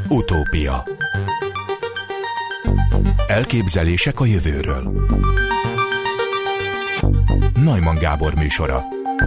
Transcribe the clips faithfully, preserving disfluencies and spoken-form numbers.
Utópia. Elképzelések a jövőről. Neumann Gábor műsora.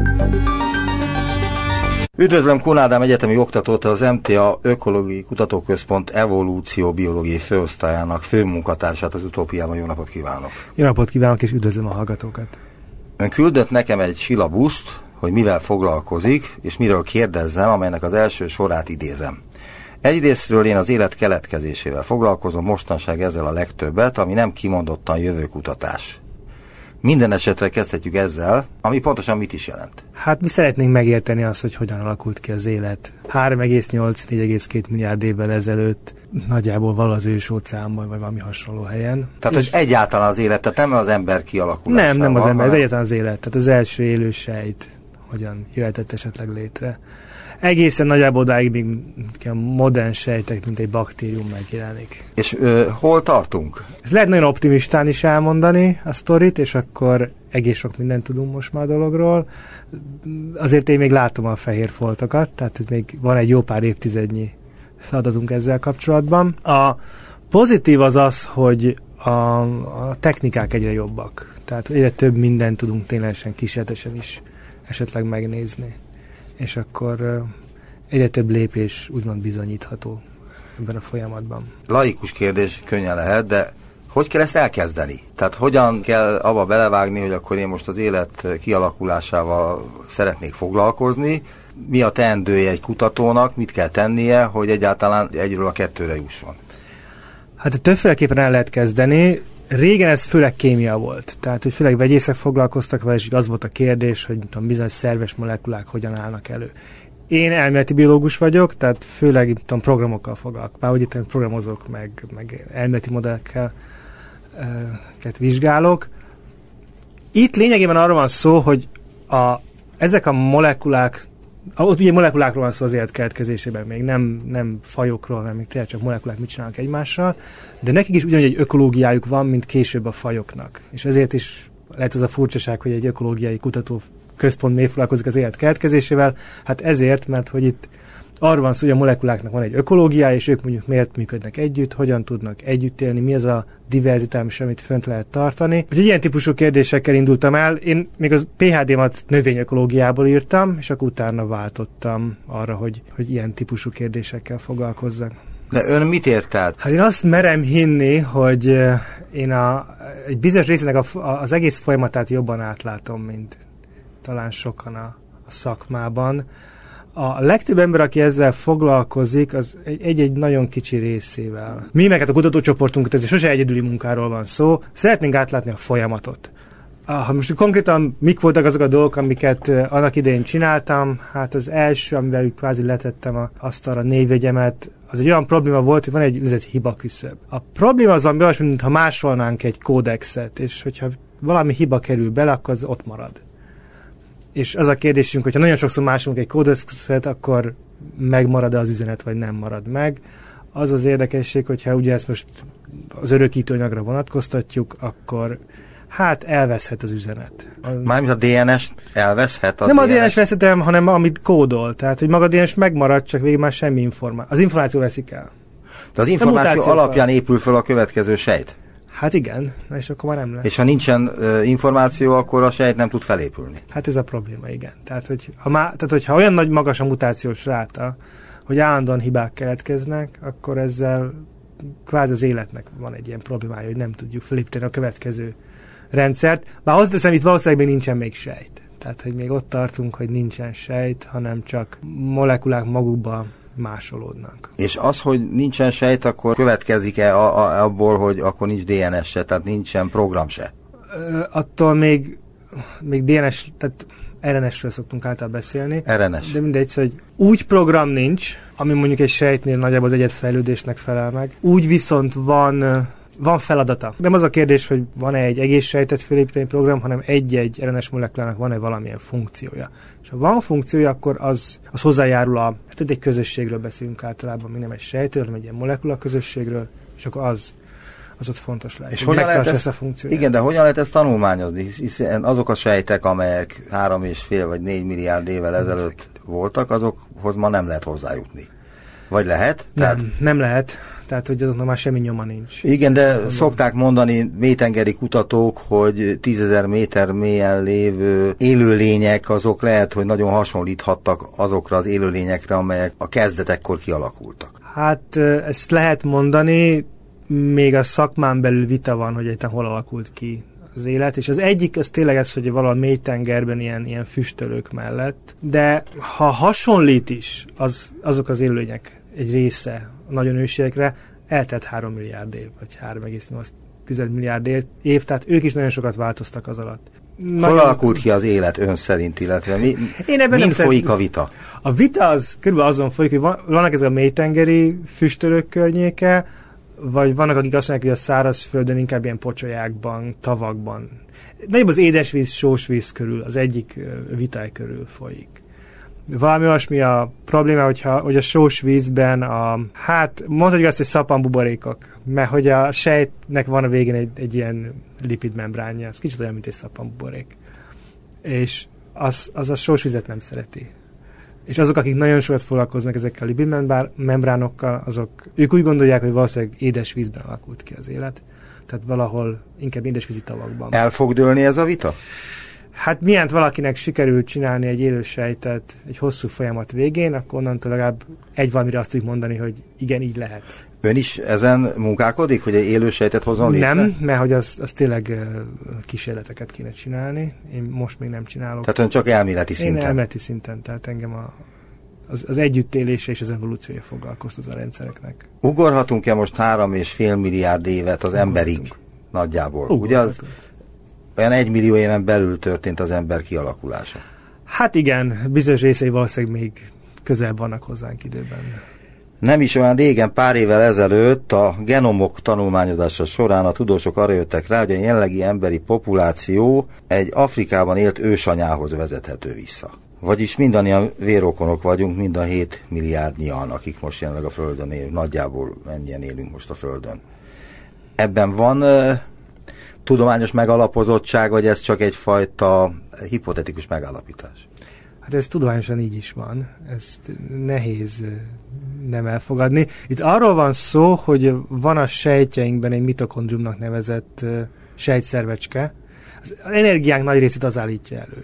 Üdvözlöm Kun Ádám egyetemi oktatót, az em té á Ökológiai Kutatóközpont evolúció-biológiai főosztályának főmunkatársát az Utópiában. Jó napot kívánok! Jó napot kívánok, és üdvözlöm a hallgatókat! Ön küldött nekem egy silabuszt, hogy mivel foglalkozik, és miről kérdezzem, amelynek az első sorát idézem. Egyrésztről én az élet keletkezésével foglalkozom, mostanság ezzel a legtöbbet, ami nem kimondottan jövőkutatás. Minden esetre kezdhetjük ezzel, ami pontosan mit is jelent. Hát mi szeretnénk megérteni azt, hogy hogyan alakult ki az élet. három egész nyolc négy egész két milliárd évvel ezelőtt nagyjából val az ősóceánban, vagy valami hasonló helyen. Tehát, és hogy egyáltalán az élet, tehát nem az ember kialakulása. Nem, nem az ember, ez hanem... egyáltalán az élet. Tehát az első élő sejt hogyan jöhetett esetleg létre. Egészen nagyjából odáig még modern sejtek, mint egy baktérium megjelenik. És ö, hol tartunk? Ez lehet nagyon optimistán is elmondani a sztorit, és akkor egész sok mindent tudunk most már a dologról. Azért én még látom a fehér foltokat, tehát hogy még van egy jó pár évtizednyi feladatunk ezzel kapcsolatban. A pozitív az az, hogy a, a technikák egyre jobbak. Tehát egyre több mindent tudunk ténylegesen kísérletesen is esetleg megnézni. És akkor egyre több lépés úgymond bizonyítható ebben a folyamatban. Laikus kérdés könnyen lehet, de hogy kell ezt elkezdeni? Tehát hogyan kell abba belevágni, hogy akkor én most az élet kialakulásával szeretnék foglalkozni? Mi a teendője egy kutatónak, mit kell tennie, hogy egyáltalán egyről a kettőre jusson? Hát többféleképpen el lehet kezdeni. Régen ez főleg kémia volt, tehát hogy főleg vegyészek foglalkoztak vele, és az volt a kérdés, hogy tudom, bizonyos szerves molekulák hogyan állnak elő. Én elméleti biológus vagyok, tehát főleg tudom, programokkal foglalkozok, már úgy itt programozok, meg, meg elméleti modellekkel e, vizsgálok. Itt lényegében arról van szó, hogy a, ezek a molekulák, ott ugye molekulákról van szó az élet keletkezésében, még nem, nem fajokról, hanem még tényleg csak molekulák mit csinálnak egymással, de nekik is ugyanúgy egy ökológiájuk van, mint később a fajoknak. És ezért is lehet az a furcsaság, hogy egy ökológiai kutatóközpont miért foglalkozik az élet keletkezésével. Hát ezért, mert hogy itt arról van szó, hogy a molekuláknak van egy ökológiája, és ők mondjuk miért működnek együtt, hogyan tudnak együtt élni, mi az a diverzitás, amit fönt lehet tartani. Úgyhogy ilyen típusú kérdésekkel indultam el. Én még az pé há dé-mat növényökológiából írtam, és akkor utána váltottam arra, hogy, hogy ilyen típusú kérdésekkel foglalkozzak. De ön mit ért el? Hát én azt merem hinni, hogy én a, egy bizonyos részének a, az egész folyamatát jobban átlátom, mint talán sokan a, a szakmában. A legtöbb ember, aki ezzel foglalkozik, az egy-egy nagyon kicsi részével. Mi meg hát a kutatócsoportunkat, ez sose egyedüli munkáról van szó, szeretnénk átlátni a folyamatot. Ha most konkrétan mik voltak azok a dolgok, amiket annak idején csináltam, hát az első, amivel kvázi letettem a asztalra névjegyemet, az egy olyan probléma volt, hogy van egy üzleti hiba küszöb. A probléma az van, mintha másolnánk egy kódexet, és hogyha valami hiba kerül bele, akkor az ott marad. És az a kérdésünk, hogyha nagyon sokszor másolunk egy kódexet, akkor megmarad-e az üzenet, vagy nem marad meg. Az az érdekesség, hogyha ugye ezt most az örökítőanyagra vonatkoztatjuk, akkor hát elveszhet az üzenet. Mármint a dé en es elveszhet? A nem dé en es... a dé en es veszhetem, hanem amit kódol. Tehát, hogy maga a dé en es megmarad, csak végül már semmi információ. Az információ veszik el. De az információ alapján épül föl a következő sejt? Hát igen, és akkor már nem lesz. És ha nincsen uh, információ, akkor a sejt nem tud felépülni. Hát ez a probléma, igen. Tehát, hogy, ha má, tehát hogyha olyan nagy magas a mutációs ráta, hogy állandóan hibák keletkeznek, akkor ezzel kvázi az életnek van egy ilyen problémája, hogy nem tudjuk felépíteni a következő rendszert. Bár hozzáteszem, itt valószínűleg még nincsen még sejt. Tehát, hogy még ott tartunk, hogy nincsen sejt, hanem csak molekulák magukban másolódnak. És az, hogy nincsen sejt, akkor következik-e a, a, abból, hogy akkor nincs dé en es se, tehát nincsen program se? Ö, attól még, még dé en es, tehát er en esről szoktunk általában beszélni. er en es. De mindegy, hogy úgy program nincs, ami mondjuk egy sejtnél nagyjából az egyedfejlődésnek felel meg. Úgy viszont van... Van feladata. Nem az a kérdés, hogy van-e egy egész sejtet felépíteni program, hanem egy-egy er en es molekulának van-e valamilyen funkciója. És ha van funkciója, akkor az, az hozzájárul a... Hát egy közösségről beszélünk általában, még nem egy sejtről, hanem egy ilyen molekula közösségről, és akkor az, az ott fontos lehet. És hogyan lehet ezt, a funkcióját. Igen, de hogyan lehet ezt tanulmányozni? Hiszen azok a sejtek, amelyek három és fél vagy négy milliárd évvel ezelőtt voltak, azokhoz ma nem lehet hozzájutni. Vagy lehet? Nem, Tehát... nem lehet. Tehát, hogy azoknak már semmi nyoma nincs. Igen, de mondom. Szokták mondani mélytengeri kutatók, hogy tízezer méter mélyen lévő élőlények, azok lehet, hogy nagyon hasonlíthattak azokra az élőlényekre, amelyek a kezdetekkor kialakultak. Hát ezt lehet mondani, még a szakmán belül vita van, hogy egyáltalán hol alakult ki az élet, és az egyik az tényleg ez, hogy valahol mélytengerben ilyen, ilyen füstölők mellett, de ha hasonlít is az, azok az élőlények egy része a nagyon ősiekre, eltelt három milliárd év, vagy három egész nyolc milliárd év, tehát ők is nagyon sokat változtak az alatt. Nagyon... Hol alakult ki az élet ön szerint, illetve mi, Én ebben mind nem folyik szem... a vita? A vita az körülbelül azon folyik, hogy vannak ezek a mélytengeri füstölők környéke, vagy vannak, akik azt mondják, hogy a szárazföldön inkább ilyen pocsolyákban, tavakban. Nagyobb az édesvíz, sósvíz körül, az egyik vitály körül folyik. Valami olyasmi a probléma, hogyha, hogy a sós vízben a, hát mondhatjuk azt, hogy szappanbuborékok, mert hogy a sejtnek van a végén egy, egy ilyen lipidmembránja, ez kicsit olyan, mint egy szappanbuborék. És az, az a sós vizet nem szereti. És azok, akik nagyon sokat foglalkoznak ezekkel a lipidmembránokkal, azok, ők úgy gondolják, hogy valószínűleg édes vízben alakult ki az élet. Tehát valahol inkább édesvízi tavakban. El fog dőlni ez a vita? Hát miért valakinek sikerült csinálni egy élősejtet egy hosszú folyamat végén, akkor onnantól legalább egy valamire azt tudjuk mondani, hogy igen, így lehet. Ön is ezen munkálkodik, hogy egy élősejtet hozzon létre? Nem, mert hogy az, az tényleg uh, kísérleteket kéne csinálni. Én most még nem csinálok. Tehát ön csak elméleti szinten? Én elméleti szinten, tehát engem a, az, az együttélése és az evolúciója foglalkoztat a rendszereknek. Ugorhatunk-e most három és fél milliárd évet az emberig nagyjából? Ugye az olyan egy millió éven belül történt az ember kialakulása? Hát igen, bizonyos részei valószínűleg még közel vannak hozzánk időben. Nem is olyan régen, pár évvel ezelőtt a genomok tanulmányozása során a tudósok arra jöttek rá, hogy a jelenlegi emberi populáció egy Afrikában élt ősanyához vezethető vissza. Vagyis mindannyian vérokonok vagyunk, mind a hét milliárdnyian, akik most jelenleg a Földön élünk. Nagyjából ennyien élünk most a Földön. Ebben van uh, tudományos megalapozottság, vagy ez csak egyfajta hipotetikus megállapítás? Hát ez tudományosan így is van. Ezt nehéz nem elfogadni. Itt arról van szó, hogy van a sejtjeinkben egy mitokondriumnak nevezett sejtszervecske. Az energiánk nagy részét az állítja elő.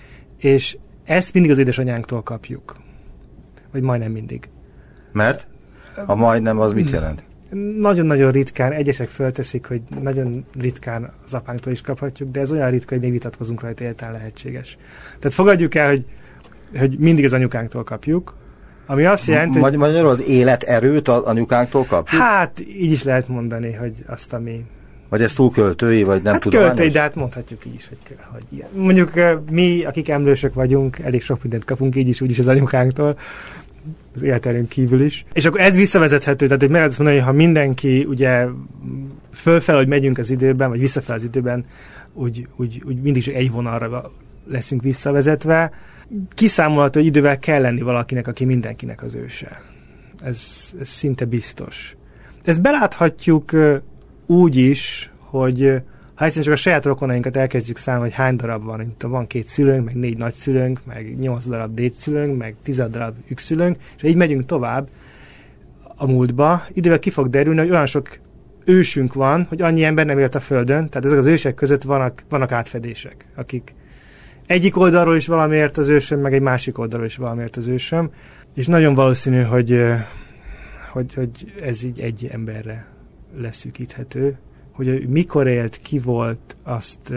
És ezt mindig az édesanyánktól kapjuk. Vagy majdnem mindig. Mert? A majdnem az mit jelent? Nagyon-nagyon ritkán, egyesek fölteszik, hogy nagyon ritkán az apánktól is kaphatjuk, de ez olyan ritka, hogy még vitatkozunk rajta, egyáltalán lehetséges. Tehát fogadjuk el, hogy, hogy mindig az anyukánktól kapjuk, ami azt jelenti, hogy... Magyarul az életerőt az anyukánktól kapjuk? Hát, így is lehet mondani, hogy azt, ami... Vagy ez túl költői, vagy nem hát tudományos? Költői, de hát mondhatjuk így is, hogy, hogy ilyen. Mondjuk mi, akik emlősök vagyunk, elég sok mindent kapunk így is, úgy is az anyukánktól, az életerőn kívül is. És akkor ez visszavezethető, tehát hogy meg lehet mondani, hogy ha mindenki ugye fölfel, hogy megyünk az időben, vagy visszafel az időben, úgy, úgy, úgy mindig csak egy vonalra leszünk visszavezetve. Kiszámolható, hogy idővel kell lenni valakinek, aki mindenkinek az őse. Ez, ez szinte biztos. Ezt beláthatjuk úgy is, hogy ha egyszerűen csak a saját rokonainkat elkezdjük számolni, hogy hány darab van, mint van két szülőnk, meg négy nagyszülőnk, meg nyolc darab dédszülőnk, meg tíz darab ükszülőnk, és így megyünk tovább a múltba, idővel ki fog derülni, hogy olyan sok ősünk van, hogy annyi ember nem élt a Földön, tehát ezek az ősek között vannak, vannak átfedések, akik egyik oldalról is valamiért az ősöm, meg egy másik oldalról is valamiért az ősöm, és nagyon valószínű, hogy, hogy, hogy ez így egy emberre leszűkíthető, hogy mikor élt, ki volt, azt,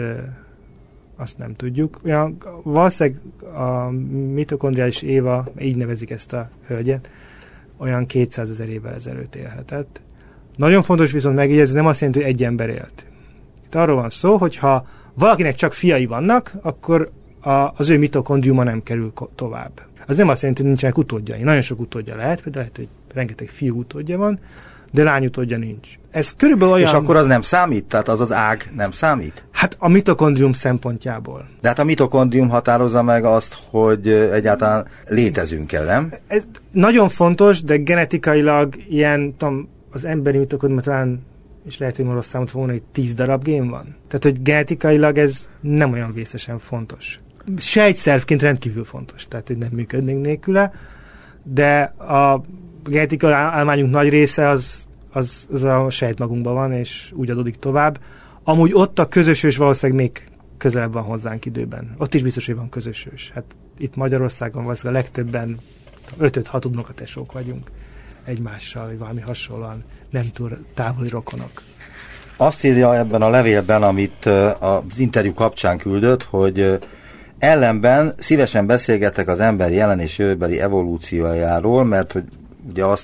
azt nem tudjuk. Olyan, valószínűleg a mitokondriális Éva, így nevezik ezt a hölgyet, olyan kétszázezer évvel ezelőtt élhetett. Nagyon fontos viszont megjegyezni, nem azt jelenti, hogy egy ember élt. Itt arról van szó, hogy ha valakinek csak fiai vannak, akkor a, az ő mitokondriuma nem kerül tovább. Az nem azt jelenti, hogy nincsenek utódjai. Nagyon sok utódja lehet, de lehet, hogy rengeteg fiú utódja van, de lányutódja nincs. Ez körülbelül olyan... És akkor az nem számít? Tehát az az ág nem számít? Hát a mitokondrium szempontjából. De hát a mitokondrium határozza meg azt, hogy egyáltalán létezünk-e, nem? Ez nagyon fontos, de genetikailag ilyen, tudom, az emberi mitokondrium talán, és lehet, hogy rossz számot volna, hogy tíz darab gén van. Tehát, hogy genetikailag ez nem olyan vészesen fontos. Sejtszervként rendkívül fontos, tehát, hogy nem működnénk nélküle, de a genetikai állományunk nagy része az, az, az a sejtmagunkban van, és úgy adódik tovább. Amúgy ott a közösős valószínűleg még közelebb van hozzánk időben. Ott is biztos, hogy van közösős. Hát itt Magyarországon valószínűleg a legtöbben öt-hat unokatesók vagyunk egymással, vagy valami hasonlóan nem túl távoli rokonok. Azt írja ebben a levélben, amit az interjú kapcsán küldött, hogy ellenben szívesen beszélgetek az ember jelen és jövőbeli evolúciójáról, mert hogy ugye azt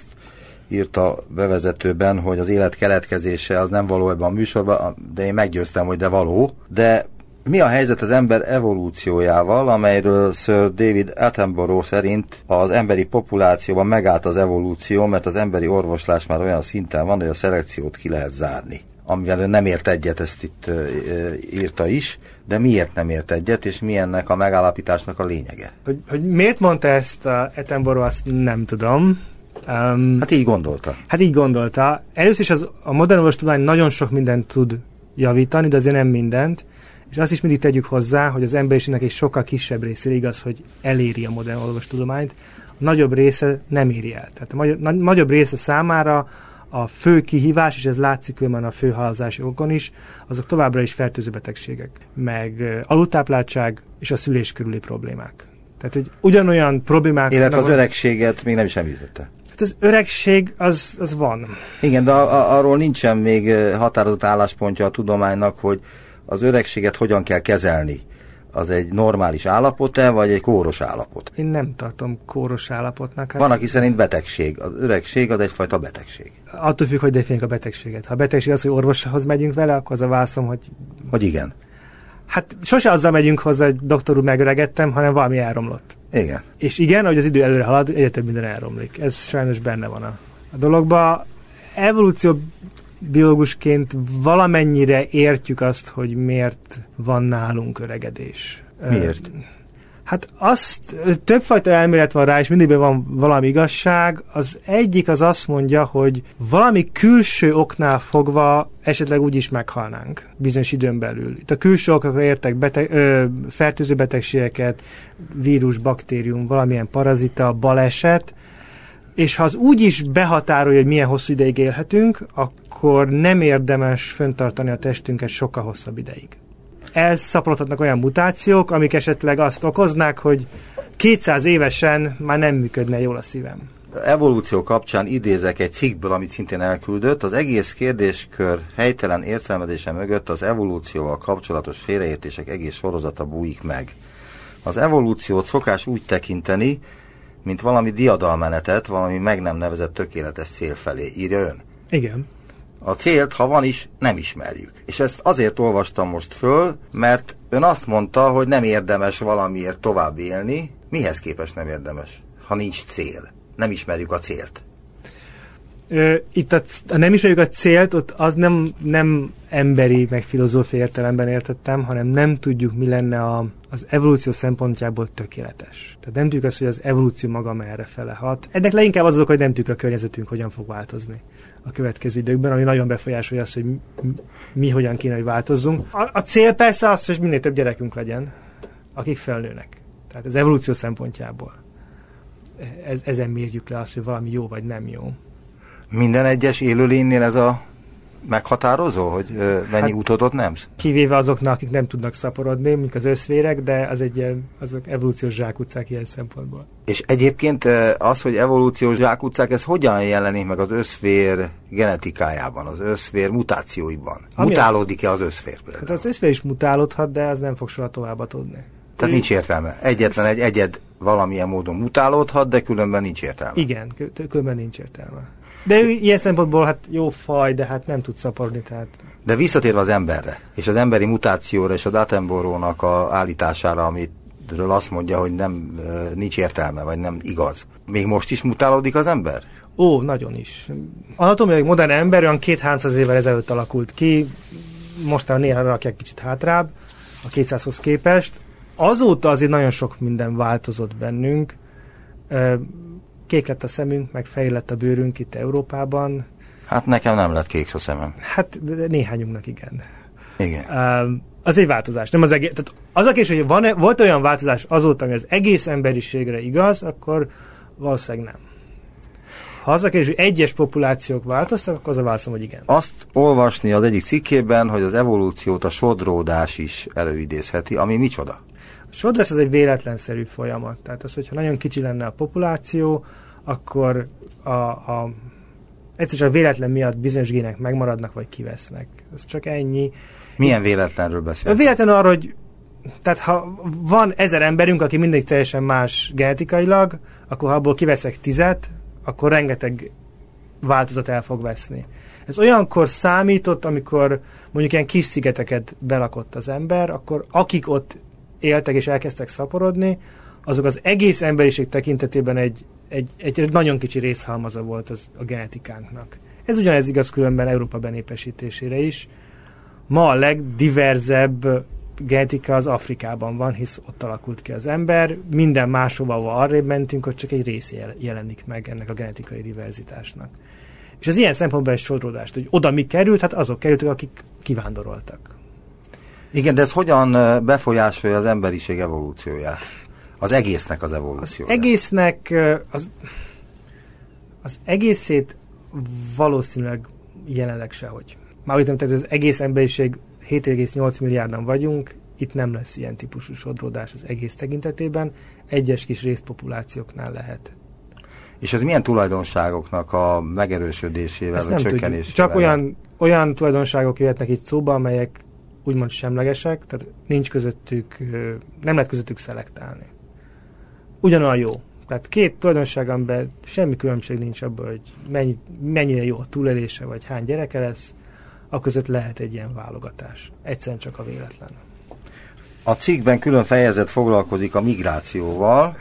írta bevezetőben, hogy az élet keletkezése az nem való ebben a műsorban, de én meggyőztem, hogy de való. De mi a helyzet az ember evolúciójával, amelyről Sir David Attenborough szerint az emberi populációban megállt az evolúció, mert az emberi orvoslás már olyan szinten van, hogy a szelekciót ki lehet zárni. Amivel ő nem ért egyet, ezt itt e, írta is, de miért nem ért egyet, és mi ennek a megállapításnak a lényege? Hogy, hogy miért mondta ezt a Attenborough, azt nem tudom. Um, hát így gondolta. Hát így gondolta. Először is az, a modern orvostudomány nagyon sok mindent tud javítani, de azért nem mindent. És azt is mindig tegyük hozzá, hogy az emberiségnek egy sokkal kisebb részére igaz, hogy eléri a modern orvostudományt. A nagyobb része nem éri el. Tehát a magyar, nagy, nagyobb része számára a fő kihívás, és ez látszik különben a fő halálozási okon is, azok továbbra is fertőző betegségek, meg alultápláltság és a szülés körüli problémák. Tehát, hogy ugyanolyan problémák... Illetve az öregséget még nem is említette. Hát az öregség, az, az van. Igen, de a, a, arról nincsen még határozott álláspontja a tudománynak, hogy az öregséget hogyan kell kezelni. Az egy normális állapot-e, vagy egy kóros állapot? Én nem tartom kóros állapotnak. Hát van, aki szerint betegség. Az öregség az egyfajta betegség. Attól függ, hogy definiáljuk a betegséget. Ha a betegség az, hogy orvoshoz megyünk vele, akkor az a válaszom, hogy... Hogy igen. Hát sose azzal megyünk hozzá, hogy doktor úr, megöregettem, hanem valami elromlott. Igen. És igen, hogy az idő előre halad, egyre több minden elromlik. Ez sajnos benne van a, a dologban. Evolúció biológusként valamennyire értjük azt, hogy miért van nálunk öregedés. Miért? Hát azt, többfajta elmélet van rá, és mindig van valami igazság. Az egyik az azt mondja, hogy valami külső oknál fogva esetleg úgy is meghalnánk bizonyos időn belül. Itt a külső okokra értek beteg, ö, fertőző betegségeket, vírus, baktérium, valamilyen parazita, baleset, és ha az úgy is behatárolja, hogy milyen hosszú ideig élhetünk, akkor nem érdemes fenntartani a testünket sokkal hosszabb ideig. Elszaporodhatnak olyan mutációk, amik esetleg azt okoznák, hogy kétszáz évesen már nem működne jól a szívem. Evolúció kapcsán idézek egy cikkből, amit szintén elküldött. Az egész kérdéskör helytelen értelmezése mögött az evolúcióval kapcsolatos félreértések egész sorozata bújik meg. Az evolúciót szokás úgy tekinteni, mint valami diadalmenetet, valami meg nem nevezett tökéletes cél felé, írja ön. Igen. A célt, ha van is, nem ismerjük. És ezt azért olvastam most föl, mert ön azt mondta, hogy nem érdemes valamiért tovább élni. Mihez képest nem érdemes, ha nincs cél? Nem ismerjük a célt. Ö, itt a, a nem ismerjük a célt, ott az nem, nem emberi, meg filozófiai értelemben értettem, hanem nem tudjuk, mi lenne a, az evolúció szempontjából tökéletes. Tehát nem tudjuk azt, hogy az evolúció maga merre fele hat. Ennek leginkább az azok, hogy nem tudjuk a környezetünk hogyan fog változni a következő időkben, ami nagyon befolyásolja azt, hogy mi, mi hogyan kéne, hogy változzunk. A, a cél persze az, hogy minél több gyerekünk legyen, akik felnőnek. Tehát az evolúció szempontjából. Ez, ezen mérjük le azt, hogy valami jó vagy nem jó. Minden egyes élőlénynél ez a meghatározó, hogy ö, mennyi hát, utódot nemsz? Kivéve azoknak, akik nem tudnak szaporodni, mint az összvérek, de az egy ilyen, azok evolúciós zsákutcák ilyen szempontból. És egyébként az, hogy evolúciós zsákutcák, ez hogyan jelenik meg az összvér genetikájában, az összvér mutációiban? Ami mutálódik-e az összvér például? Hát az összvér is mutálódhat, de az nem fog soha továbbadni. Tehát nincs értelme. Egyetlen egy egyed valamilyen módon mutálódhat, de különben nincs értelme. Igen, különben nincs értelme. De ő ilyen szempontból hát jó faj, de hát nem tud szaporodni, tehát... De visszatérve az emberre, és az emberi mutációra, és a Attenborough-nak a állítására, amiről azt mondja, hogy nem, nincs értelme, vagy nem igaz. Még most is mutálódik az ember? Ó, nagyon is. Anatómiai modern ember olyan két-háromszáz évvel ezelőtt alakult ki, mostanában néha rakják kicsit hátrább, a kétszázhoz képest. Azóta azért nagyon sok minden változott bennünk. Kék lett a szemünk, meg fehér lett a bőrünk itt Európában. Hát nekem nem lett kék a szemem. Hát néhányunknak igen. Igen. Az egy változás. Nem az, egész, tehát az a kérdés, hogy van, volt olyan változás azóta, ami az egész emberiségre igaz, akkor valószínűleg nem. Ha az a kérdés, hogy egyes populációk változtak, akkor az a válaszom, hogy igen. Azt olvasni az egyik cikkében, hogy az evolúciót a sodródás is előidézheti, ami micsoda? A sodrás az egy véletlenszerű folyamat. Tehát az, hogyha nagyon kicsi lenne a populáció, akkor a, a, egyszerűen a véletlen miatt bizonyos gének megmaradnak, vagy kivesznek. Ez csak ennyi. Milyen véletlenről beszélünk? Véletlen arra, hogy tehát ha van ezer emberünk, aki mindig teljesen más genetikailag, akkor ha abból kiveszek tizet, akkor rengeteg változat el fog veszni. Ez olyankor számított, amikor mondjuk ilyen kis szigeteket belakott az ember, akkor akik ott éltek és elkezdtek szaporodni, azok az egész emberiség tekintetében egy, egy, egy nagyon kicsi részhalmaza volt az, a genetikánknak. Ez ugyanez igaz különben Európa benépesítésére is. Ma a legdiverzebb genetika az Afrikában van, hisz ott alakult ki az ember. Minden máshova, ahol arrébb mentünk, ott csak egy rész jelenik meg ennek a genetikai diverzitásnak. És az ilyen szempontból egy sodródást, hogy oda mi került, hát azok kerültek, akik kivándoroltak. Igen, de ez hogyan befolyásolja az emberiség evolúcióját? Az egésznek az evolúcióját? Az egésznek az, az egészét valószínűleg jelenleg sehogy. Már úgy nem, tehát az egész emberiség hét egész nyolc milliárdan vagyunk, itt nem lesz ilyen típusú sodródás az egész tekintetében, egyes kis részpopulációknál lehet. És ez milyen tulajdonságoknak a megerősödésével, vagy csökkenésével? Csak olyan, olyan tulajdonságok jöhetnek itt szóba, amelyek úgymond semlegesek, tehát nincs közöttük, nem lehet közöttük szelektálni. Ugyanolyan jó. Tehát két tulajdonság, amiben semmi különbség nincs abban, hogy mennyi, mennyire jó a túlélése, vagy hány gyereke lesz, a között lehet egy ilyen válogatás. Egyszerűen csak a véletlen. A cikkben külön fejezet foglalkozik a migrációval,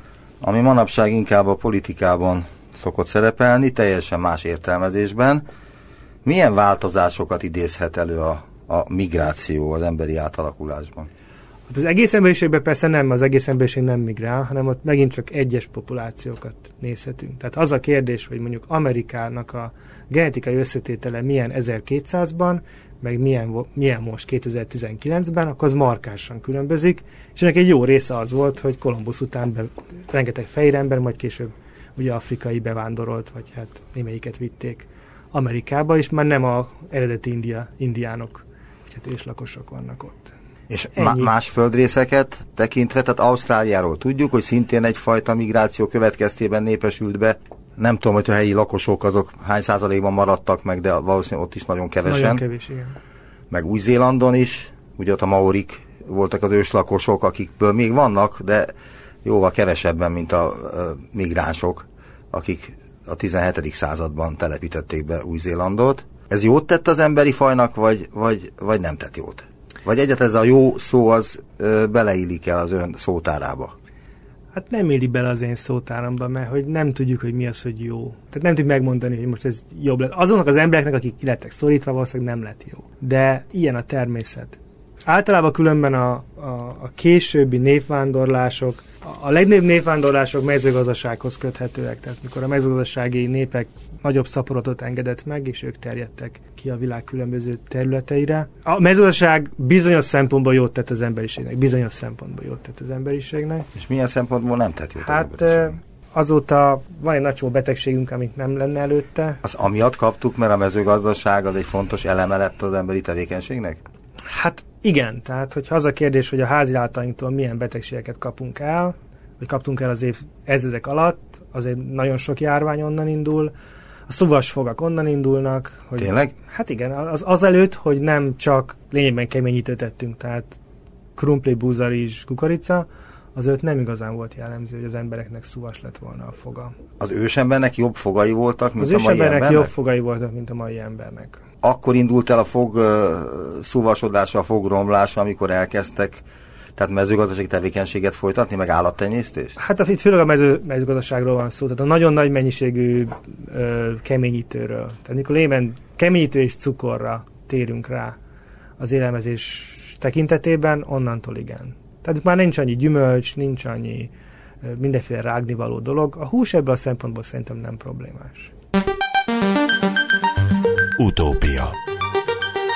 ami manapság inkább a politikában szokott szerepelni, teljesen más értelmezésben. Milyen változásokat idézhet elő a, a migráció az emberi átalakulásban? Hát az egész emberiségben persze nem, az egész emberiség nem migrál, hanem ott megint csak egyes populációkat nézhetünk. Tehát az a kérdés, hogy mondjuk Amerikának a genetikai összetétele milyen ezerkétszázban, meg milyen, milyen most kétezer-tizenkilencben, akkor az markánsan különbözik, és ennek egy jó része az volt, hogy Kolumbusz után be, rengeteg fehér ember, majd később ugye afrikai bevándorolt, vagy hát némelyiket vitték Amerikába, és már nem az eredeti India, indiánok, vagy hát őslakosok vannak ott. És má- más földrészeket tekintve, tehát Ausztráliáról tudjuk, hogy szintén egyfajta migráció következtében népesült be. Nem tudom, hogy a helyi lakosok azok hány százalékban maradtak meg, de valószínűleg ott is nagyon kevesen. Nagyon kevés, igen. Meg Új-Zélandon is, ugye ott a maorik voltak az őslakosok, akikből még vannak, de jóval kevesebben, mint a, a migránsok, akik a tizenhetedik században telepítették be Új-Zélandot. Ez jót tett az emberi fajnak, vagy, vagy, vagy nem tett jót? Vagy egyáltalán ez a jó szó az ö, beleillik el az ön szótárába? Hát nem illik bele az én szótáramba, mert hogy nem tudjuk, hogy mi az, hogy jó. Tehát nem tudjuk megmondani, hogy most ez jobb lett. Azonnak az embereknek, akik ki lettek szorítva, valószínűleg nem lett jó. De ilyen a természet. Általában különben a, a, a későbbi népvándorlások, a, a legnagyobb népvándorlások mezőgazdasághoz köthetőek. Tehát mikor a mezőgazdasági népek nagyobb szaporotot engedett meg, és ők terjedtek ki a világ különböző területeire. A mezőgazdaság bizonyos szempontból jót tett az emberiségnek. Bizonyos szempontból jót tett az emberiségnek. És milyen szempontból nem tett jót hát, az emberiségnek? Azóta van egy nagy csomó betegségünk, amit nem lenne előtte. Az amiatt kaptuk, mert a mezőgazdaság az egy fontos eleme lett az emberi tevékenységnek? Hát igen, tehát hogyha az a kérdés, hogy a háziállatainktól milyen betegségeket kapunk el, vagy kaptunk el az év ezredek alatt, azért nagyon sok járvány onnan indul, a szuvasfogak onnan indulnak. Hogy, Tényleg? Hát igen, az, azelőtt, hogy nem csak lényegben keményítőt ettünk, tehát krumpli, búza, rizs, kukorica, azelőtt nem igazán volt jellemző, hogy az embereknek szuvas lett volna a foga. Az ősembernek jobb fogai voltak, mint az a mai embernek? Az ősembernek jobb fogai voltak, mint a mai embernek. Akkor indult el a fog uh, szúvasodása, a fogromlása, amikor elkezdtek tehát mezőgazdasági tevékenységet folytatni, meg állattenyésztést? Hát itt főleg a mező, mezőgazdaságról van szó, tehát a nagyon nagy mennyiségű ö, keményítőről. Tehát mikor lényegben keményítő és cukorra térünk rá az élelmezés tekintetében, onnantól igen. Tehát már nincs annyi gyümölcs, nincs annyi ö, mindenféle rágnivaló dolog. A hús ebből a szempontból szerintem nem problémás. Utópia.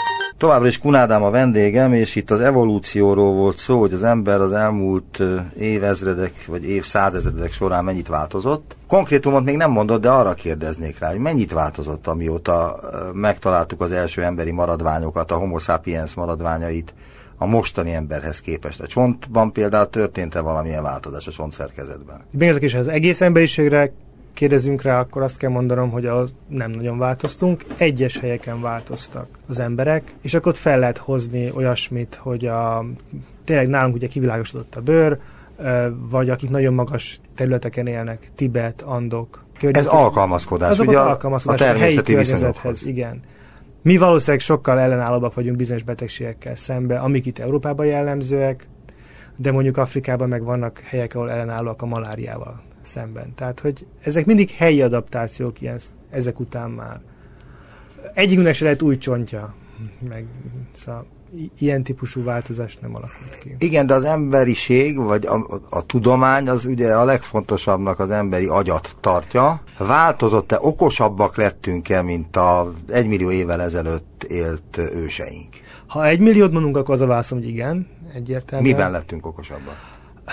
Továbbra is Kun Ádám a vendégem, és itt az evolúcióról volt szó, hogy az ember az elmúlt évezredek, vagy évszázezredek során mennyit változott. Konkrétumot még nem mondott, de arra kérdeznék rá, hogy mennyit változott, amióta megtaláltuk az első emberi maradványokat, a Homo sapiens maradványait a mostani emberhez képest. A csontban például történt-e valamilyen változás a csontszerkezetben? Még ezek is az egész emberiségre kérdezünk rá, akkor azt kell mondanom, hogy az nem nagyon változtunk. Egyes helyeken változtak az emberek, és akkor ott fel lehet hozni olyasmit, hogy a, tényleg nálunk ugye kivilágosodott a bőr, vagy akik nagyon magas területeken élnek, Tibet, Andok. Ez alkalmazkodás, ugye alkalmazkodás a természeti viszonyokhoz. Igen. Mi valószínűleg sokkal ellenállóbbak vagyunk bizonyos betegségekkel szembe, amik itt Európában jellemzőek, de mondjuk Afrikában meg vannak helyek, ahol ellenállóak a maláriával szemben. Tehát, hogy ezek mindig helyi adaptációk ilyen, ezek után már. Egyikünknek se lehet új csontja, meg szóval ilyen típusú változás nem alakult ki. Igen, de az emberiség, vagy a, a, a tudomány az ugye a legfontosabbnak az emberi agyat tartja. Változott-e, okosabbak lettünk-e, mint az egymillió évvel ezelőtt élt őseink? Ha egy milliót mondunk, akkor az a válaszom, hogy igen, egyértelműen. Miben lettünk okosabbak?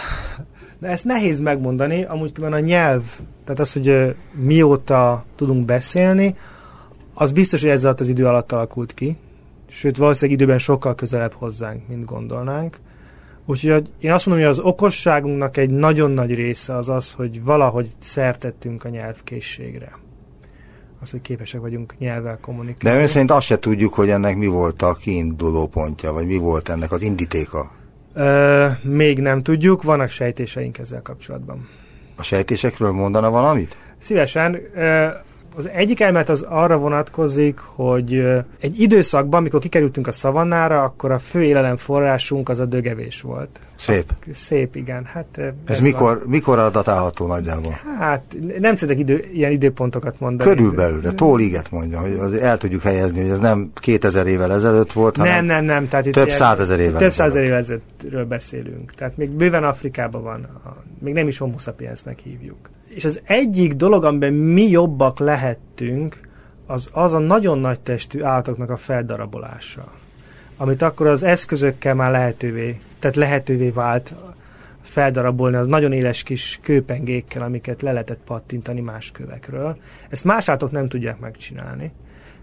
De ezt nehéz megmondani, amúgy a nyelv, tehát az, hogy mióta tudunk beszélni, az biztos, hogy ez alatt az idő alatt alakult ki, sőt valószínűleg időben sokkal közelebb hozzánk, mint gondolnánk. Úgyhogy én azt mondom, hogy az okosságunknak egy nagyon nagy része az az, hogy valahogy szertettünk a nyelvkészségre. Az, hogy képesek vagyunk nyelvvel kommunikálni. De ön szerint azt se tudjuk, hogy ennek mi volt a kiinduló pontja, vagy mi volt ennek az indítéka? Ö, még nem tudjuk, vannak sejtéseink ezzel kapcsolatban. A sejtésekről mondana valamit? Szívesen. Ö, az egyik elmélet az arra vonatkozik, hogy egy időszakban, amikor kikerültünk a szavannára, akkor a fő élelemforrásunk az a dögevés volt. Szép. Szép, igen. Hát, ez ez mikor, mikor datálható nagyjából? Hát nem szeretek idő, ilyen időpontokat mondani. Körülbelül, de Tóliget mondja, hogy az el tudjuk helyezni, hogy ez nem kétezer évvel ezelőtt volt, hanem nem, nem, nem. Tehát itt több százezer évvel Több százezer évvel ezelőttről beszélünk. Tehát még bőven Afrikában van, még nem is Homo sapiensnek hívjuk. És az egyik dolog, amiben mi jobbak lehettünk, az, az a nagyon nagy testű állatoknak a feldarabolása. Amit akkor az eszközökkel már lehetővé, tehát lehetővé vált feldarabolni az nagyon éles kis kőpengékkel, amiket le lehetett pattintani más kövekről. Ezt más állatok nem tudják megcsinálni.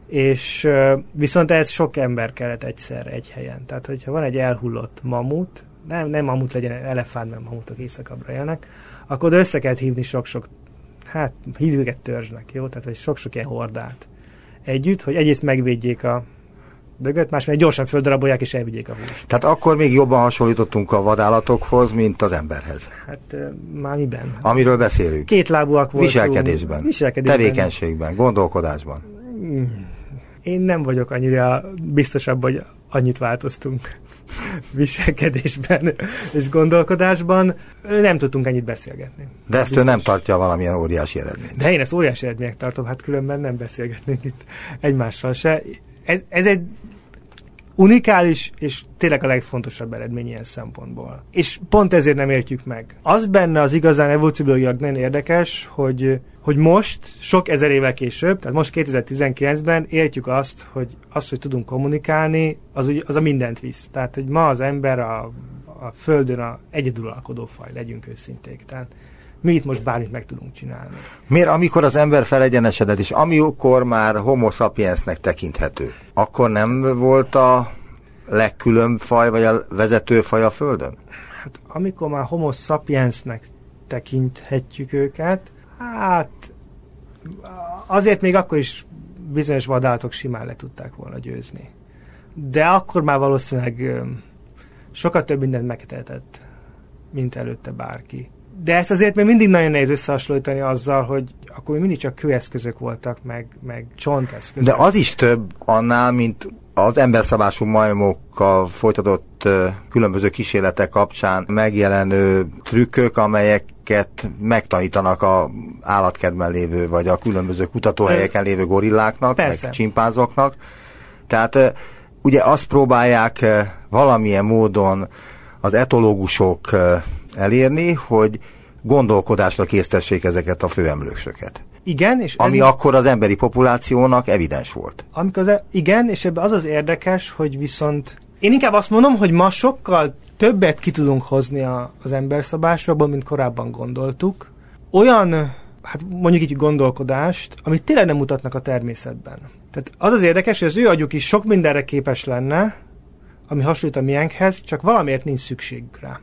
És viszont ez sok ember kellett egyszerre egy helyen. Tehát, hogyha van egy elhullott mamut, nem, nem mamut legyen elefánt, mert mamutok éjszakabbra élnek, akkor össze kellett hívni sok-sok, hát hívjuk egy törzsnek, jó? Tehát, vagy sok-sok ilyen hordát együtt, hogy egyrészt megvédjék a dögöt, másrészt gyorsan földarabolják és elvigyék a húst. Tehát akkor még jobban hasonlítottunk a vadállatokhoz, mint az emberhez. Hát uh, már miben? Amiről beszélünk. Kétlábúak voltunk. Viselkedésben, Viselkedésben. Tevékenységben, gondolkodásban. Én nem vagyok annyira biztosabb, hogy annyit változtunk viselkedésben és gondolkodásban. Nem tudtunk ennyit beszélgetni. De ezt ő nem tartja valamilyen óriási eredményt. De én ezt óriási eredménynek tartom, hát különben nem beszélgetnénk itt egymással se. Ez, ez egy unikális és tényleg a legfontosabb eredmény ilyen szempontból. És pont ezért nem értjük meg. Az benne az igazán evolúcióbiológiailag nagyon érdekes, hogy, hogy most, sok ezer évvel később, tehát most kétezer-tizenkilencben értjük azt, hogy azt, hogy tudunk kommunikálni, az, úgy, az a mindent visz. Tehát, hogy ma az ember a, a Földön a egyedülalkodó faj, legyünk őszinték. Tehát mi itt most bármit meg tudunk csinálni. Miért, amikor az ember felegyenesedett, és amikor már homo sapiensnek tekinthető, akkor nem volt a legkülönbb faj, vagy a vezető faj a Földön? Hát amikor már homo sapiensnek tekinthetjük őket, hát azért még akkor is bizonyos vadállatok simán le tudták volna győzni. De akkor már valószínűleg sokkal több mindent megtehetett, mint előtte bárki. De ezt azért még mindig nagyon nehéz összehasonlítani azzal, hogy akkor még mindig csak kőeszközök voltak, meg, meg csonteszközök. De az is több annál, mint az emberszabású majmokkal folytatott uh, különböző kísérletek kapcsán megjelenő trükkök, amelyeket megtanítanak a állatkertben lévő, vagy a különböző kutatóhelyeken lévő gorilláknak, Persze. meg csimpánzoknak. Tehát uh, ugye azt próbálják uh, valamilyen módon az etológusok uh, elérni, hogy gondolkodásra késztessék ezeket a főemlősöket. Igen, és ami ez akkor az emberi populációnak evidens volt. Amikor az, igen, és ebben az az érdekes, hogy viszont én inkább azt mondom, hogy ma sokkal többet ki tudunk hozni a, az emberszabásokból, mint korábban gondoltuk. Olyan, hát mondjuk így gondolkodást, amit tényleg nem mutatnak a természetben. Tehát az az érdekes, hogy az ő agyuk is sok mindenre képes lenne, ami hasonlít a miénkhez, csak valamiért nincs szükségük rá.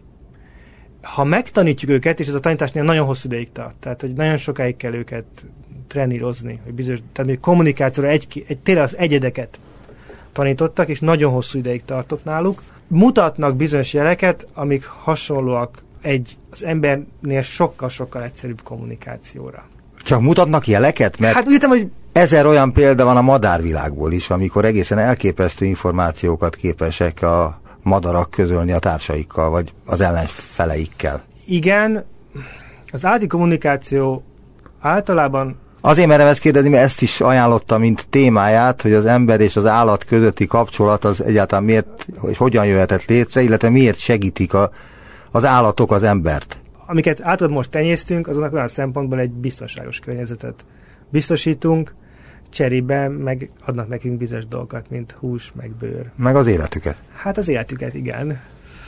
Ha megtanítjuk őket, és ez a tanításnél nagyon hosszú ideig tart, tehát hogy nagyon sokáig kell őket trenírozni, hogy bizonyos, tehát még kommunikációra egy, egy, tényleg az egyedeket tanítottak, és nagyon hosszú ideig tartott náluk. Mutatnak bizonyos jeleket, amik hasonlóak egy az embernél sokkal-sokkal egyszerűbb kommunikációra. Csak mutatnak jeleket? Mert hát úgy értem, hogy ezer olyan példa van a madárvilágból is, amikor egészen elképesztő információkat képesek a madarak közölni a társaikkal, vagy az ellenfeleikkel. Igen, az állati kommunikáció általában... Azért merem ezt kérdezni, mert ezt is ajánlotta, mint témáját, hogy az ember és az állat közötti kapcsolat az egyáltalán miért, és hogyan jöhetett létre, illetve miért segítik a, az állatok az embert. Amiket átad most tenyésztünk, azonnak olyan szempontból egy biztonságos környezetet biztosítunk, cserébe meg adnak nekünk bizonyos dolgokat, mint hús, meg bőr. Meg az életüket. Hát az életüket, igen.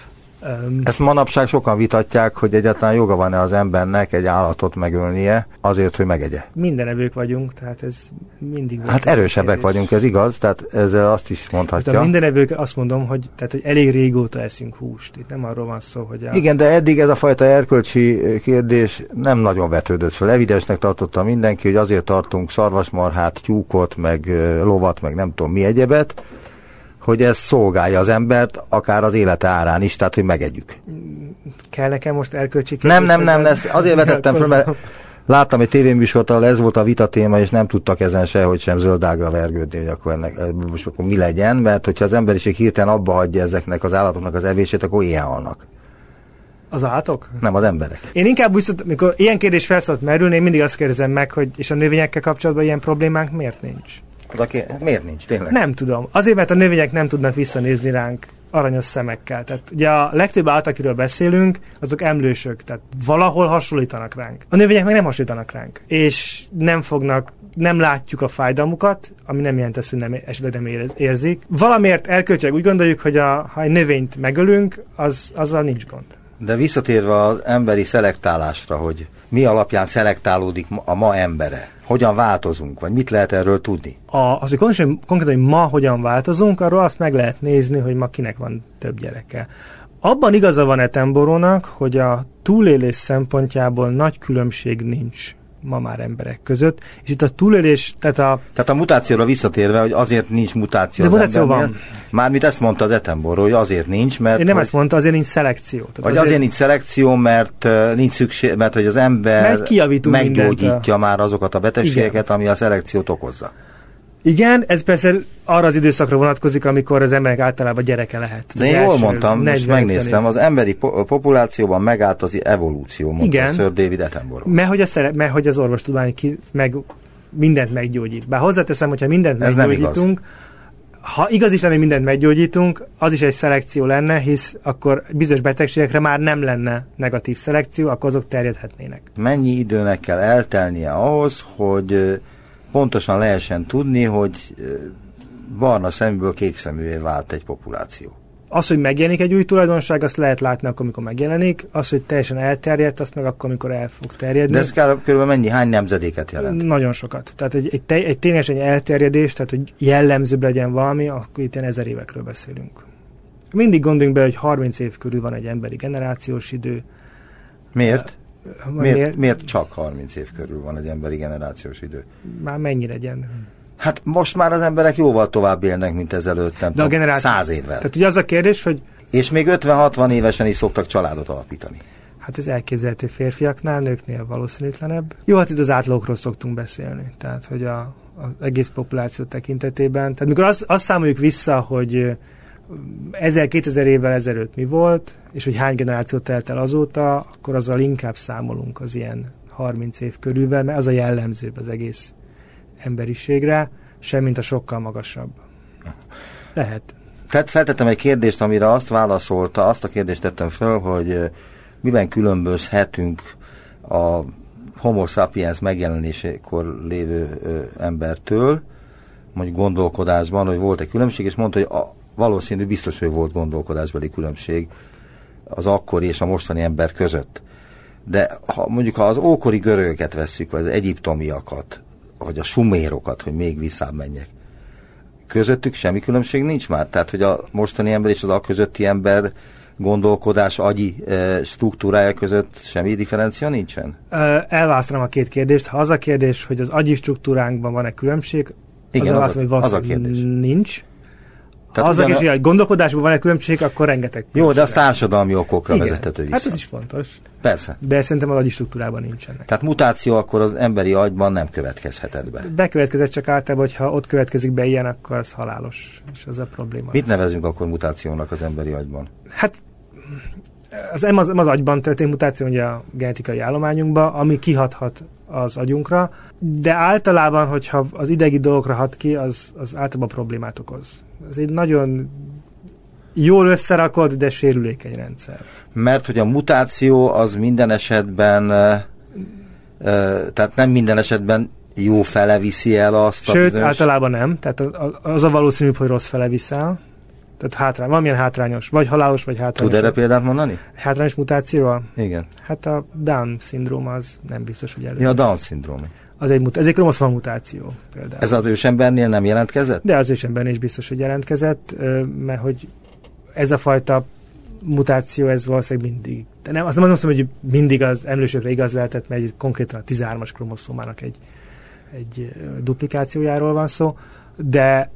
Um, Ezt manapság sokan vitatják, hogy egyáltalán joga van-e az embernek egy állatot megölnie azért, hogy megegye. Mindenevők vagyunk, tehát ez mindig... Hát erősebbek kérdés. Vagyunk, ez igaz, tehát ezzel azt is mondhatja. Hát a mindenevők azt mondom, hogy, tehát, hogy elég régóta eszünk húst. Itt nem arról van szó, hogy... A... Igen, de eddig ez a fajta erkölcsi kérdés nem nagyon vetődött fel. Evidensnek tartotta mindenki, hogy azért tartunk szarvasmarhát, tyúkot, meg lovat, meg nem tudom mi egyebet, hogy ez szolgálja az embert, akár az élete árán is, tehát, hogy megegyük. Kell nekem most erkölcsi kérdés? Nem, nem, nem, ezt azért vetettem fel, mert láttam egy tévéműsort, ahol ez volt a vitatéma, és nem tudtak ezen sehogy sem zöldágra vergődni, hogy akkor, ennek, most akkor mi legyen, mert hogyha az emberiség hirtelen abba hagyja ezeknek az állatoknak az evését, akkor ilyen halnak. Az állatok? Nem, az emberek. Én inkább úgy szoktam, amikor ilyen kérdés felszólt merülni, én mindig azt kérdezem meg, hogy és a növényekkel kapcsolatban ilyen problémánk miért nincs? Az aki, miért nincs, tényleg? Nem tudom. Azért, mert a növények nem tudnak visszanézni ránk aranyos szemekkel. Tehát ugye a legtöbb állat, akiről beszélünk, azok emlősök, tehát valahol hasonlítanak ránk. A növények meg nem hasonlítanak ránk. És nem fognak, nem látjuk a fájdalmukat, ami nem jelent azt, hogy nem, esetleg nem érzik. Valamiért erkölcsileg úgy gondoljuk, hogy a, ha egy növényt megölünk, az, azzal nincs gond. De visszatérve az emberi szelektálásra, hogy mi alapján szelektálódik a ma embere? Hogyan változunk, vagy mit lehet erről tudni? A, az, hogy konkrétan, konkrétan, hogy ma hogyan változunk, arról azt meg lehet nézni, hogy ma kinek van több gyereke. Abban igaza van Attenboroughnak, hogy a túlélés szempontjából nagy különbség nincs ma már emberek között, és itt a túlélés, tehát a... Tehát a mutációra visszatérve, hogy azért nincs mutáció de az mutáció embernél. van. Mármint ezt mondta az Attenborough, hogy azért nincs, mert... Én nem hogy, ezt mondta, azért nincs szelekció. Tehát vagy azért, azért nincs szelekció, mert uh, nincs szükség, mert hogy az ember meggyógyítja már azokat a betegségeket, igen, ami a szelekciót okozza. Igen, ez persze arra az időszakra vonatkozik, amikor az emberek általában gyereke lehet. De én jól mondtam, most megnéztem, az emberi po- populációban megállt az evolúció, mondta Sir David Attenborough. Mert hogy, szere- mert hogy az orvostudomány ki, meg mindent meggyógyít. Bár hozzáteszem, hogyha mindent ez meggyógyítunk, ha igaz is lenne, hogy mindent meggyógyítunk, az is egy szelekció lenne, hisz akkor bizonyos betegségekre már nem lenne negatív szelekció, akkor azok terjedhetnének. Mennyi időnek kell eltelnie ahhoz, hogy pontosan lehessen tudni, hogy barna szeműből kék szeművé vált egy populáció? Az, hogy megjelenik egy új tulajdonság, azt lehet látni akkor, amikor megjelenik. Az, hogy teljesen elterjedt, azt meg akkor, amikor el fog terjedni. De ez körülbelül mennyi, hány nemzedéket jelent? Nagyon sokat. Tehát egy, egy, te, egy tényleg elterjedés, tehát hogy jellemzőbb legyen valami, akkor itt ilyen ezer évekről beszélünk. Mindig gondoljunk be, hogy harminc év körül van egy emberi generációs idő. Miért? Miért, miért, miért csak harminc év körül van egy emberi generációs idő? Már mennyi legyen? Hát most már az emberek jóval tovább élnek, mint ezelőtt, nem tudom, generáció... száz évvel. Tehát ugye az a kérdés, hogy... És még ötven-hatvan évesen is szoktak családot alapítani. Hát ez elképzelhető férfiaknál, nőknél valószínűtlenebb. Jó, hát itt az átlagokról szoktunk beszélni. Tehát, hogy a, az egész populáció tekintetében. Tehát mikor azt, azt számoljuk vissza, hogy ezer-kétezer évvel ezelőtt mi volt, és hogy hány generáció telt el azóta, akkor azzal inkább számolunk az ilyen harminc év körülvel, mert az a jellemzőbb az egész emberiségre, semmint a sokkal magasabb. Lehet. Tehát feltettem egy kérdést, amire azt válaszolta, azt a kérdést tettem föl, hogy miben különbözhetünk a homo sapiens megjelenésekor lévő ö, embertől, mondjuk gondolkodásban, hogy volt egy különbség, és mondta, hogy a, valószínű biztos, hogy volt gondolkodásbeli különbség az akkori és a mostani ember között. De ha mondjuk ha az ókori görögöket vesszük, vagy az egyiptomiakat, vagy a sumérokat, hogy még visszább menjek, közöttük semmi különbség nincs már? Tehát, hogy a mostani ember és az a közötti ember gondolkodás, agyi e, struktúrája között semmi differencia nincsen? Elválasztanám a két kérdést. Ha az a kérdés, hogy az agyi struktúránkban van-e különbség, igen, az, az, a, az, az a kérdés. Nincs. Tehát az, ugyan... hogy gondolkodásban van-e különbség, akkor rengeteg különbség. Jó, de az társadalmi okokra igen, vezethető vissza. Hát ez is fontos. Persze. De szerintem az agyi struktúrában nincsenek. Tehát mutáció akkor az emberi agyban nem következhetett be. Bekövetkezett, csak általában, hogyha ott következik be ilyen, akkor az halálos. És az a probléma. Mit lesz. Nevezünk akkor mutációnak az emberi agyban? Hát az, az, az agyban történt mutáció, ugye a genetikai állományunkban, ami kihathat az agyunkra, de általában, hogyha az idegi dolgokra hat ki, az, az általában problémát okoz. Ez egy nagyon jól összerakott, de sérülékeny rendszer. Mert hogy a mutáció az minden esetben, e, e, tehát nem minden esetben jó fele viszi el azt Sőt, a bizonyos... általában nem. Tehát az a valószínűbb, hogy rossz fele viszel. Tehát hátrány, valamilyen hátrányos, vagy halálos, vagy hátrányos. Tud erre példát mondani? Hátrányos mutációval? Igen. Hát a Down-szindróma az nem biztos, hogy elő. Ja, a Down-szindróma. Az egy, ez egy kromoszom mutáció például. Ez az ősembernél nem jelentkezett? De az ősembernél is biztos, hogy jelentkezett, mert hogy ez a fajta mutáció, ez valószínűleg mindig. De nem, azt nem mondom, hogy mindig az emlősökre igaz lehetett, mert konkrétan a tizenhármas kromoszómának egy, egy duplikációjáról van szó, de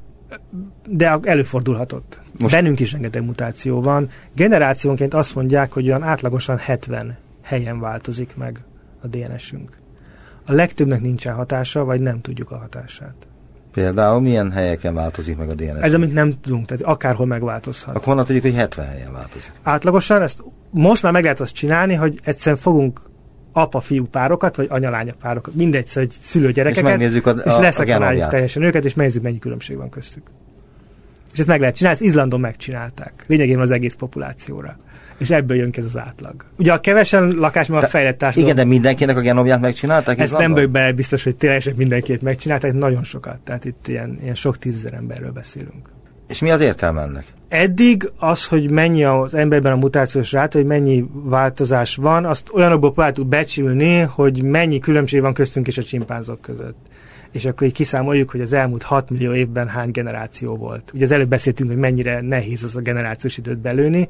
de előfordulhatott. Most bennünk is rengeteg mutáció van. Generációnként azt mondják, hogy olyan átlagosan hetven helyen változik meg a dé en es-ünk. A legtöbbnek nincsen hatása, vagy nem tudjuk a hatását. Például milyen helyeken változik meg a dé en es? Ez, amit nem tudunk, tehát akárhol megváltozhat. Akkor honnan tudjuk, hogy hetven helyen változik? Átlagosan ezt most már meg lehet azt csinálni, hogy egyszerűen fogunk apa-fiú párokat, vagy anya-lánya párokat, mindegy, hogy szülő-gyerekeket, és megnézzük a, és leszekvenáljuk teljesen őket, és megnézzük, mennyi különbség van köztük. És ezt meg lehet csinálni, ezt Izlandon megcsinálták. Lényegében az egész populációra. És ebből jön ki ez az átlag. Ugye a kevesen lakás, mert a fejlett társadalom... Igen, de mindenkinek a genomját megcsinálták? Ezt nem vagyok bele biztos, hogy tényleg mindenkiét megcsinálták, nagyon sokat. Tehát itt ilyen, ilyen sok tízezer emberről beszélünk. És mi az értelme ennek? Eddig az, hogy mennyi az emberben a mutációs ráta, hogy mennyi változás van, azt olyanokból próbáltuk becsülni, hogy mennyi különbség van köztünk és a csimpánzok között. És akkor így kiszámoljuk, hogy az elmúlt hat millió évben hány generáció volt. Ugye az előbb beszéltünk, hogy mennyire nehéz az a generációs időt belőni,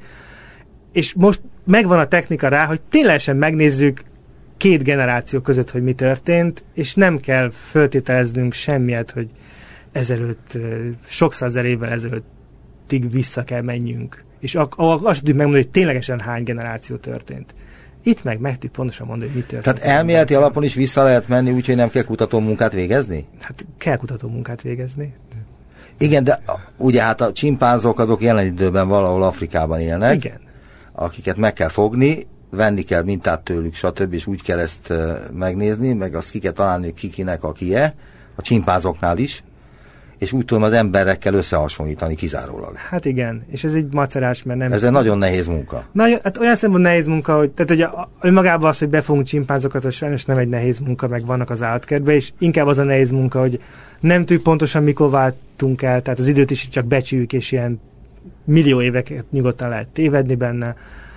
és most megvan a technika rá, hogy ténylegesen megnézzük két generáció között, hogy mi történt, és nem kell föltételeznünk semmiet, hogy ezelőtt, sok százezer évvel ezelőttig vissza kell menjünk. És ak- azt tudjuk megmondani, hogy ténylegesen hány generáció történt. Itt meg meg tudjuk pontosan mondani, hogy mi történt. Tehát elméleti alapon is vissza lehet menni, úgyhogy nem kell kutató munkát végezni? Hát kell kutató munkát végezni. Igen, de ugye hát a csimpánzok azok jelen időben valahol Afrikában élnek. Igen. Akiket meg kell fogni, venni kell mintát tőlük, stb. És úgy kell ezt megnézni, meg azt ki kell találni, ki kinek a kie, a csimpánzoknál is, és úgy tudom az emberekkel összehasonlítani kizárólag. Hát igen, és ez egy macerás, mert nem... Ez egy nagyon nehéz munka. Nagyon, hát olyan szempontból nehéz munka, hogy, tehát ugye önmagában az, hogy befogunk csimpánzokat, az sajnos nem egy nehéz munka, meg vannak az állatkertben, és inkább az a nehéz munka, hogy nem tudjuk pontosan mikor váltunk el, tehát az időt is csak becsüljük, és ilyen millió éveket nyugodtan lehet tévedni benne,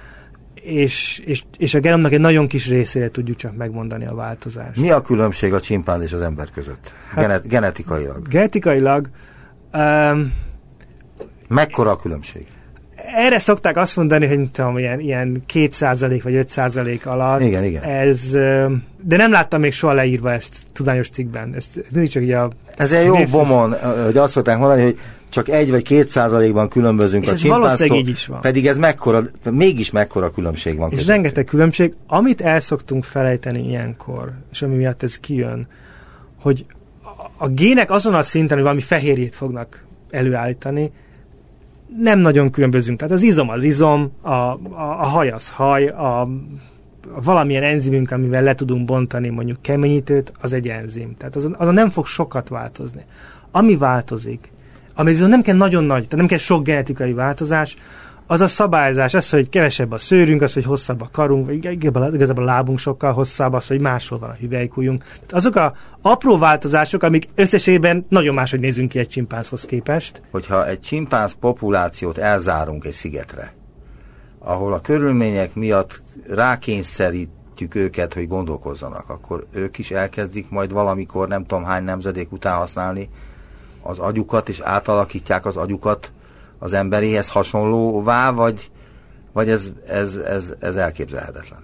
és, és, és a genomnak egy nagyon kis részére tudjuk csak megmondani a változást. Mi a különbség a csimpánz és az ember között? Hát, Genet, genetikailag. Genetikailag... Um, Mekkora a különbség? Erre szokták azt mondani, hogy tudom, ilyen, ilyen két százalék vagy öt százalék alatt. Igen, igen. Ez, de nem láttam még soha leírva ezt tudományos cikkben. Ez, ez mindig csak így a... Ez egy jó bomon, hogy azt szokták mondani, hogy csak egy vagy két százalékban különbözünk és a csimpánztól, pedig ez mekkora, mégis mekkora különbség van. És közöttük. rengeteg különbség, amit el szoktunk felejteni ilyenkor, és ami miatt ez kijön, hogy a gének azon a szinten, hogy valami fehérjét fognak előállítani, nem nagyon különbözünk. Tehát az izom az izom, a, a, a haj az haj, a, a valamilyen enzimünk, amivel le tudunk bontani mondjuk keményítőt, az egy enzim. Tehát azon, azon nem fog sokat változni. Ami változik, ami viszont nem kell nagyon nagy, tehát nem kell sok genetikai változás, az a szabályzás, az, hogy kevesebb a szőrünk, az, hogy hosszabb a karunk, vagy igazából a lábunk sokkal hosszabb, az, hogy máshol van a hüvelykujjunk. Tehát azok a apró változások, amik összességében nagyon máshogy nézünk ki egy csimpánzhoz képest. Hogyha egy csimpánz populációt elzárunk egy szigetre, ahol a körülmények miatt rákényszerítjük őket, hogy gondolkozzanak, akkor ők is elkezdik majd valamikor, nem tudom hány nemzedék után használni az agyukat, és átalakítják az agyukat az emberéhez hasonlóvá, vagy, vagy ez, ez, ez, ez elképzelhetetlen?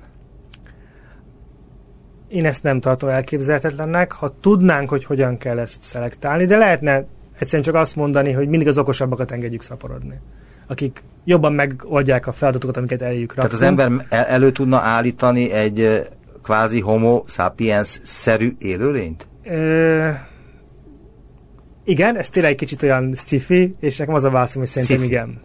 Én ezt nem tartom elképzelhetetlennek, ha tudnánk, hogy hogyan kell ezt szelektálni, de lehetne egyszerűen csak azt mondani, hogy mindig az okosabbakat engedjük szaporodni, akik jobban megoldják a feladatokat, amiket eléjük rakunk. Tehát az ember el- elő tudna állítani egy kvázi homo sapiens-szerű élőlényt? Ö... Igen, ez tényleg egy kicsit olyan sci-fi, és nekem az a válaszom, hogy szerintem Sci-fi. igen.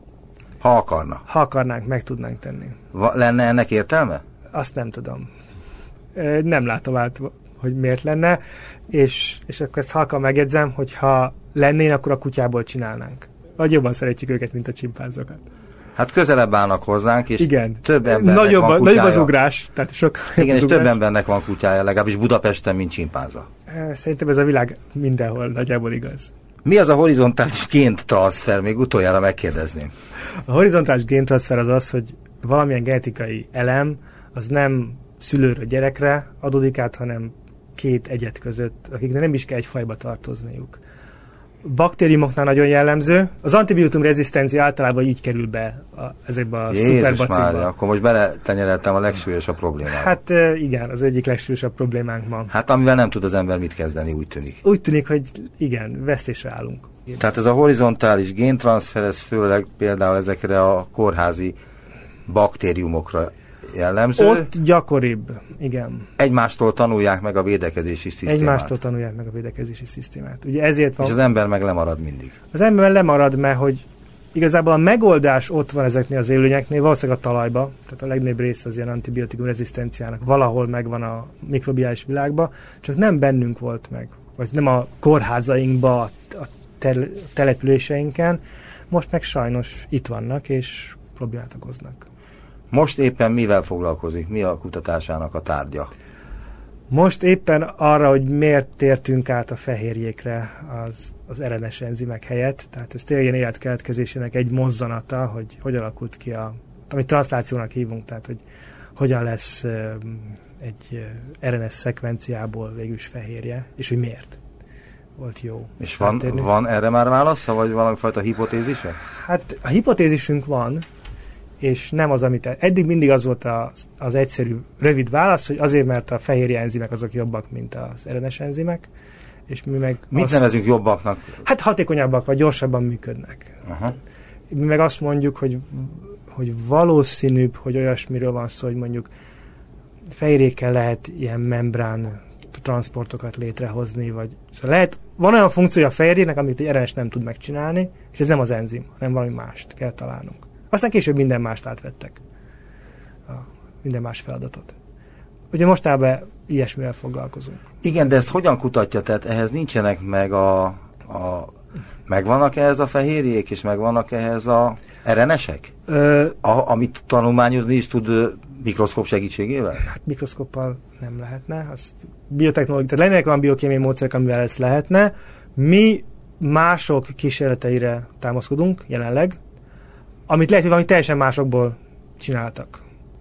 Ha akarna. Ha akarnánk, meg tudnánk tenni. Va- lenne ennek értelme? Azt nem tudom. Ö, Nem látom át, hogy miért lenne, és, és akkor ezt halkan megjegyzem, hogy ha lennénk, akkor a kutyából csinálnánk. Vagy jobban szeretjük őket, mint a csimpánzokat. Hát közelebb állnak hozzánk, és Igen. több embernek Nagyobb, van a- kutyája. nagyobb az ugrás. Tehát sok Igen, az és ugrás. több embernek van kutyája, legalábbis Budapesten, mint csimpánza. Szerintem ez a világ mindenhol nagyjából igaz. Mi az a horizontális géntranszfer? Még utoljára megkérdezném. A horizontális géntranszfer az az, hogy valamilyen genetikai elem az nem szülőről gyerekre adódik át, hanem két egyed között, akiknek nem is kell egy fajba tartozniuk. Baktériumoknál nagyon jellemző. Az antibiotikum rezisztencia általában így kerül be a, ezekbe a Jézus Mária, szuperbacillba. akkor most beletenyereltem a legsúlyosabb problémába. Hát, Hát e, igen, az egyik legsúlyosabb problémánk ma. hát amivel nem tud az ember mit kezdeni, úgy tűnik. Úgy tűnik, hogy igen, vesztésre állunk. Tehát ez a horizontális géntranszfer, ez főleg például ezekre a kórházi baktériumokra jellemző. Ott gyakoribb, igen. Egymástól tanulják meg a védekezési szisztémát. Egymástól tanulják meg a védekezési szisztémát. Ugye ezért van... És az ember meg lemarad mindig. Az ember lemarad, mert hogy igazából a megoldás ott van ezeknél az élőnyeknél, valószínűleg a talajba, tehát a legnagyobb része az ilyen antibiotikum rezisztenciának valahol megvan a mikrobiális világban, csak nem bennünk volt meg, vagy nem a kórházainkba, a tel- településeinken, most meg sajnos itt vannak, és problémát okoznak. Most éppen mivel foglalkozik? Mi a kutatásának a tárgya? Most éppen arra, hogy miért tértünk át a fehérjékre az, az er en es enzimek helyett, tehát ez tényleg ilyen életkeletkezésének egy mozzanata, hogy hogy alakult ki a, amit transzlációnak hívunk, tehát hogy hogyan lesz uh, egy uh, er en es szekvenciából végülis fehérje, és hogy miért volt jó. És van, áttérni. van erre már válasza, vagy valamifajta hipotézise? Hát a hipotézisünk van, és nem az, amit eddig mindig az volt az, az egyszerű, rövid válasz, hogy azért, mert a fehérje enzimek azok jobbak, mint az er en es enzimek, és mi meg... Mit azt, nevezünk jobbaknak? Hát hatékonyabbak, vagy gyorsabban működnek. Aha. Mi meg azt mondjuk, hogy, hogy valószínűbb, hogy olyasmiről van szó, hogy mondjuk fehérjékkel lehet ilyen membrán transportokat létrehozni, vagy szóval lehet, van olyan funkciója a fehérjének, amit egy er en es nem tud megcsinálni, és ez nem az enzim, hanem valami mást kell találnunk. Aztán később minden mást átvettek. A, minden más feladatot. Ugye mostában ilyesmivel foglalkozunk. Igen, de ezt hogyan kutatja? Tehát ehhez nincsenek meg a... a megvannak ehhez a fehérjék, és megvannak ehhez a er en esek? Ö, A, amit tanulmányozni is tud ö, mikroszkóp segítségével? hát mikroszkoppal nem lehetne. Azt biotechnológia, tehát lennének olyan biokémiai módszerek, amivel ezt lehetne. Mi mások kísérleteire támaszkodunk jelenleg, amit lehet, hogy valami teljesen másokból csináltak.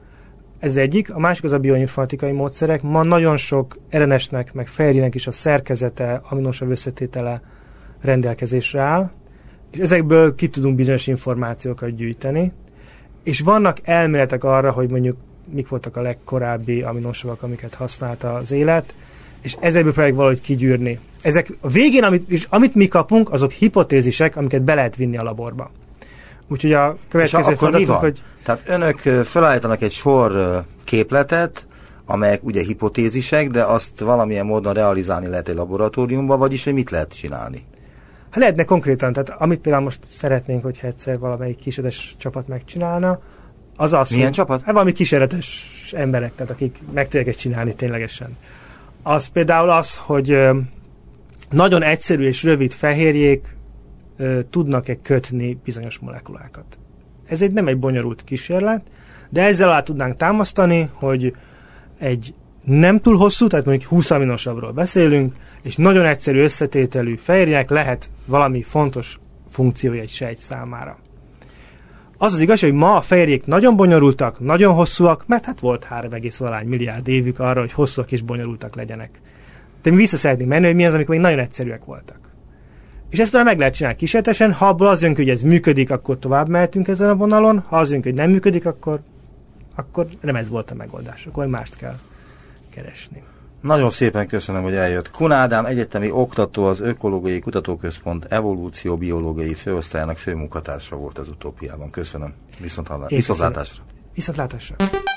Ez egyik. A másik az a bioinformatikai módszerek. Ma nagyon sok er en esnek, meg fehérjének is a szerkezete, aminosav összetétele rendelkezésre áll, és ezekből ki tudunk bizonyos információkat gyűjteni, és vannak elméletek arra, hogy mondjuk mik voltak a legkorábbi aminosavak, amiket használta az élet, és ezekből próbáljuk valahogy kigyűrni. Ezek a végén, amit, és amit mi kapunk, azok hipotézisek, amiket be lehet vinni a laborba. Úgyhogy a következő feladatunk, hogy... Tehát önök ö, felállítanak egy sor ö, képletet, amelyek ugye hipotézisek, de azt valamilyen módon realizálni lehet egy laboratóriumban, vagyis hogy mit lehet csinálni? Hát lehetne konkrétan, tehát amit például most szeretnénk, hogyha egyszer valamelyik kísérletes csapat megcsinálna, az az, Milyen hogy, csapat? Hát valami kísérletes emberek, tehát akik meg tudják ezt csinálni ténylegesen. Az például az, hogy ö, nagyon egyszerű és rövid fehérjék ö, tudnak-e kötni bizonyos molekulákat. Ez egy nem egy bonyolult kísérlet, de ezzel alá tudnánk támasztani, hogy egy nem túl hosszú, tehát mondjuk húsz aminosavról beszélünk, és nagyon egyszerű összetételű fehérjének lehet valami fontos funkciója egy sejt számára. Az az igaz, hogy ma a fehérjék nagyon bonyolultak, nagyon hosszúak, mert hát volt három egész valahány milliárd évük arra, hogy hosszúak és bonyolultak legyenek. De mi vissza szeretnénk menni, hogy mi az, amikor még nagyon egyszerűek voltak. És ezt talán meg lehet csinálni kísérletesen, ha abból az jön, hogy ez működik, akkor tovább mehetünk ezen a vonalon, ha az jön, hogy nem működik, akkor, akkor nem ez volt a megoldás, akkor mást kell keresni. Nagyon szépen köszönöm, hogy eljött. Kun Ádám egyetemi oktató, az Ökológiai Kutatóközpont evolúció-biológiai főosztályának főmunkatársa volt az Utópiában. Köszönöm. Viszontlátásra. Viszontlátásra. Viszontlátásra.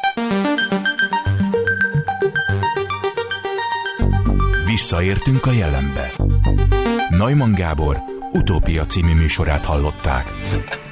Visszaértünk a jelenbe. Neumann Gábor Utópia című műsorát hallották.